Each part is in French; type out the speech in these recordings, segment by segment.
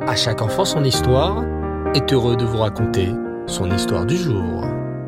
À chaque enfant son histoire est heureux de vous raconter son histoire du jour.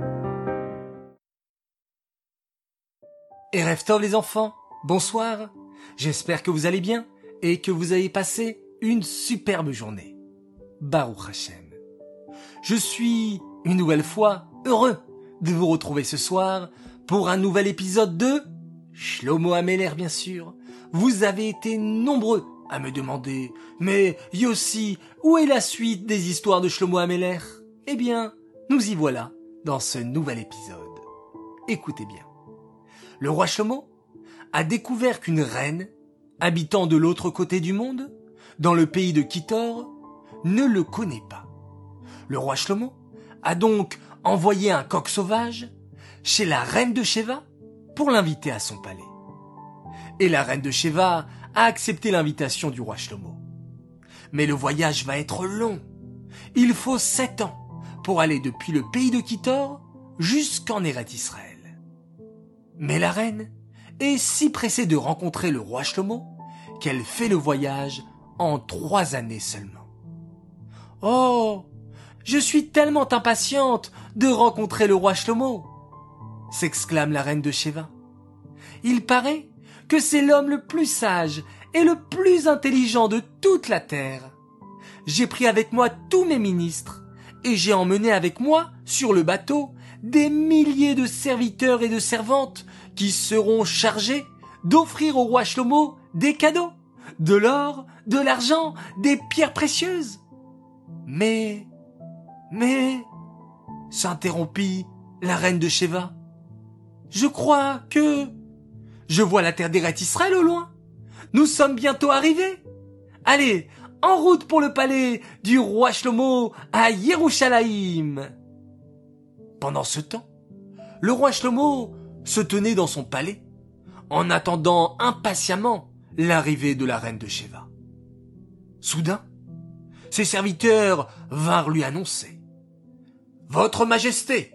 Erev Tov les enfants, bonsoir. J'espère que vous allez bien et que vous avez passé une superbe journée. Baruch Hashem. Je suis une nouvelle fois heureux de vous retrouver ce soir pour un nouvel épisode de Shlomo Ameler, bien sûr. Vous avez été nombreux à me demander, mais Yossi, où est la suite des histoires de Shlomo Ameler? Eh bien, nous y voilà dans ce nouvel épisode. Écoutez bien. Le roi Shlomo a découvert qu'une reine, habitant de l'autre côté du monde, dans le pays de Kitor, ne le connaît pas. Le roi Shlomo a donc envoyé un coq sauvage chez la reine de Sheva pour l'inviter à son palais. Et la reine de Sheva a accepté l'invitation du roi Shlomo. Mais le voyage va être long. Il faut 7 ans pour aller depuis le pays de Kitor jusqu'en Eretz Israël. Mais la reine est si pressée de rencontrer le roi Shlomo qu'elle fait le voyage en 3 années seulement. « Oh, je suis tellement impatiente de rencontrer le roi Shlomo !» s'exclame la reine de Sheva. « Il paraît que c'est l'homme le plus sage et le plus intelligent de toute la terre. J'ai pris avec moi tous mes ministres et j'ai emmené avec moi sur le bateau des milliers de serviteurs et de servantes qui seront chargés d'offrir au roi Shlomo des cadeaux, de l'or, de l'argent, des pierres précieuses. Mais, s'interrompit la reine de Sheva, je crois que je vois la terre d'Eretz Israël au loin. Nous sommes bientôt arrivés. Allez, en route pour le palais du roi Shlomo à Yerushalayim. Pendant ce temps, le roi Shlomo se tenait dans son palais, en attendant impatiemment l'arrivée de la reine de Sheva. Soudain, ses serviteurs vinrent lui annoncer: « Votre Majesté,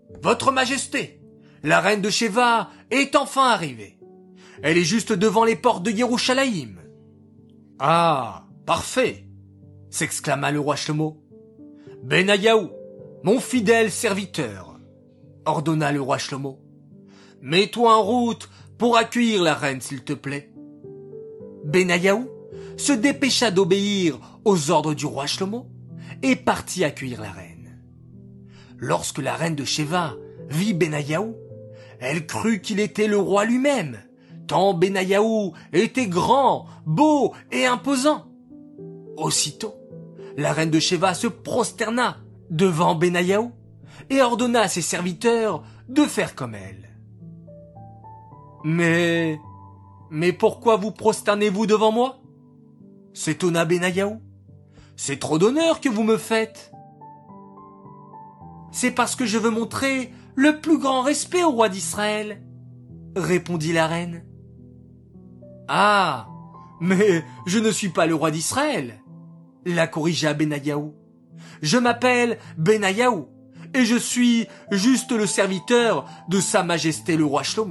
la reine de Sheva est enfin arrivée. Elle est juste devant les portes de Yerushalayim. »« Ah, parfait !» s'exclama le roi Shlomo. « Benayahu, mon fidèle serviteur, » ordonna le roi Shlomo. « Mets-toi en route pour accueillir la reine, s'il te plaît. » Benayahu se dépêcha d'obéir aux ordres du roi Shlomo et partit accueillir la reine. Lorsque la reine de Sheva vit Benayahu, elle crut qu'il était le roi lui-même, tant Benayahu était grand, beau et imposant. Aussitôt, la reine de Sheva se prosterna devant Benayahu et ordonna à ses serviteurs de faire comme elle. « Mais pourquoi vous prosternez-vous devant moi ?» s'étonna Benayahu. « C'est trop d'honneur que vous me faites. »« C'est parce que je veux montrer le plus grand respect au roi d'Israël, » répondit la reine. « Ah, mais je ne suis pas le roi d'Israël, » la corrigea Benayahu. « Je m'appelle Benayahu et je suis juste le serviteur de Sa Majesté le roi Shlomo. »«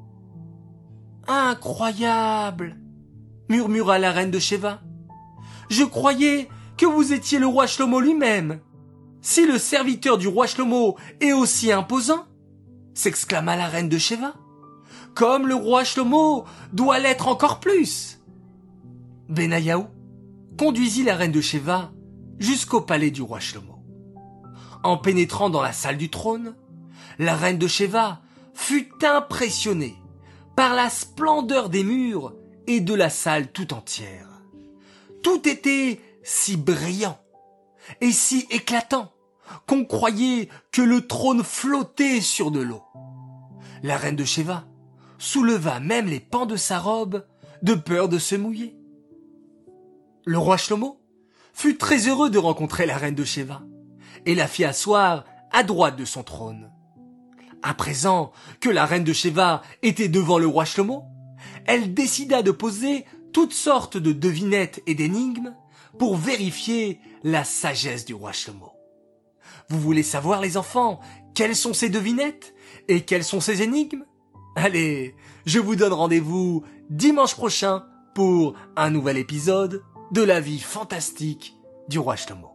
Incroyable !» murmura la reine de Sheva. « Je croyais que vous étiez le roi Shlomo lui-même. Si le serviteur du roi Shlomo est aussi imposant, » s'exclama la reine de Sheva, « comme le roi Shlomo doit l'être encore plus. » Benayahu conduisit la reine de Sheva jusqu'au palais du roi Shlomo. En pénétrant dans la salle du trône, la reine de Sheva fut impressionnée par la splendeur des murs et de la salle tout entière. Tout était si brillant et si éclatant qu'on croyait que le trône flottait sur de l'eau. La reine de Sheva souleva même les pans de sa robe de peur de se mouiller. Le roi Shlomo fut très heureux de rencontrer la reine de Sheva et la fit asseoir à droite de son trône. À présent que la reine de Sheva était devant le roi Shlomo, elle décida de poser toutes sortes de devinettes et d'énigmes pour vérifier la sagesse du roi Shlomo. Vous voulez savoir, les enfants, quelles sont ces devinettes et quelles sont ces énigmes? Allez, je vous donne rendez-vous dimanche prochain pour un nouvel épisode de la vie fantastique du roi Shlomo.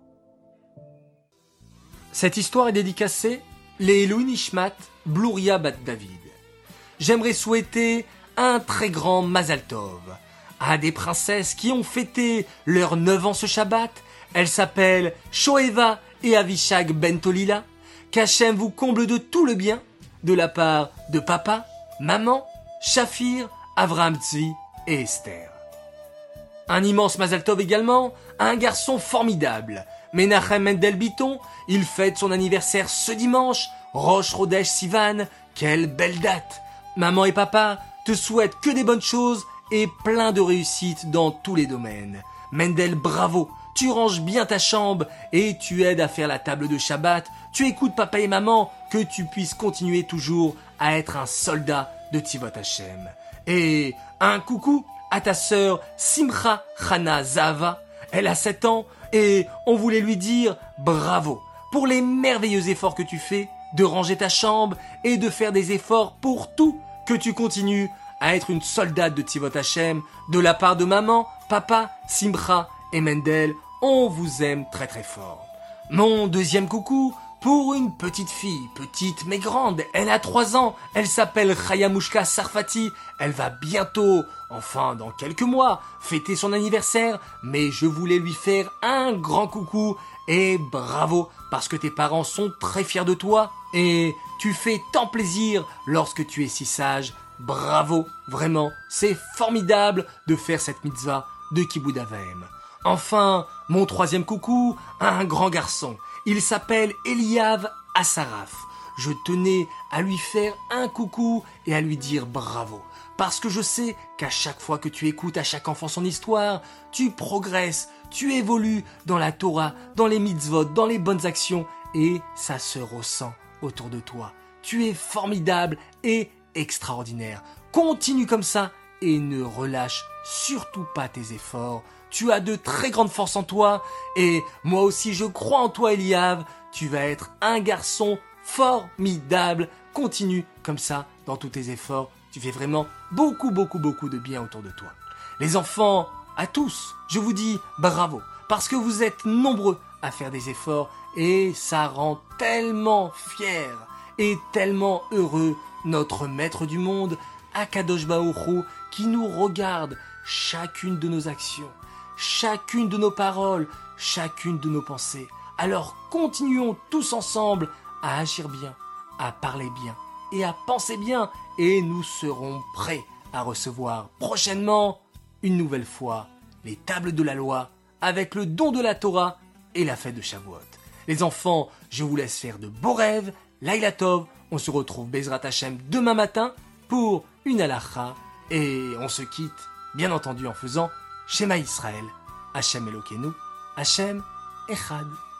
Cette histoire est dédicacée les Louis Nishmat Bluria Bat David. J'aimerais souhaiter un très grand Mazal Tov à des princesses qui ont fêté leurs 9 ans ce Shabbat. Elles s'appellent Shoeva et Avishag Ben Tolila. Qu'Hachem vous comble de tout le bien de la part de papa, maman, Shafir, Avraham Tzvi et Esther. Un immense Mazal Tov également à un garçon formidable, Menachem Mendel Biton. Il fête son anniversaire ce dimanche, Rosh Chodesh Sivan. Quelle belle date! Maman et papa te souhaitent que des bonnes choses et plein de réussite dans tous les domaines. Mendel, bravo! Tu ranges bien ta chambre et tu aides à faire la table de Shabbat. Tu écoutes papa et maman, que tu puisses continuer toujours à être un soldat de Tivot Hashem. Et un coucou à ta sœur Simcha Chana Zava. Elle a 7 ans et on voulait lui dire bravo pour les merveilleux efforts que tu fais de ranger ta chambre et de faire des efforts pour tout, que tu continues à être une soldate de Tivot Hashem de la part de maman, papa, Simcha et Mendel. On vous aime très très fort. Mon deuxième coucou pour une petite fille, petite mais grande. Elle a 3 ans, elle s'appelle Chayamushka Sarfati. Elle va bientôt, enfin dans quelques mois, fêter son anniversaire, mais je voulais lui faire un grand coucou et bravo parce que tes parents sont très fiers de toi et tu fais tant plaisir lorsque tu es si sage. Bravo, vraiment, c'est formidable de faire cette mitzvah de Kibbout Avaim. Enfin, mon troisième coucou à un grand garçon. Il s'appelle Eliav Asaraf. Je tenais à lui faire un coucou et à lui dire bravo. Parce que je sais qu'à chaque fois que tu écoutes à chaque enfant son histoire, tu progresses, tu évolues dans la Torah, dans les mitzvot, dans les bonnes actions et ça se ressent autour de toi. Tu es formidable et extraordinaire. Continue comme ça et ne relâche surtout pas tes efforts. Tu as de très grandes forces en toi et moi aussi je crois en toi Eliav. Tu vas être un garçon formidable. Continue comme ça dans tous tes efforts. Tu fais vraiment beaucoup de bien autour de toi. Les enfants, à tous, je vous dis bravo parce que vous êtes nombreux à faire des efforts et ça rend tellement fier et tellement heureux notre maître du monde, Akadosh Baruch Hu, qui nous regarde chacune de nos actions, chacune de nos paroles, chacune de nos pensées. Alors continuons tous ensemble à agir bien, à parler bien et à penser bien et nous serons prêts à recevoir prochainement, une nouvelle fois, les tables de la loi avec le don de la Torah et la fête de Shavuot. Les enfants, je vous laisse faire de beaux rêves. Laila Tov, on se retrouve Bezrat Hashem demain matin pour une halakha et on se quitte, bien entendu, en faisant Shema Israël, Hashem Elokeinu, Hashem Echad.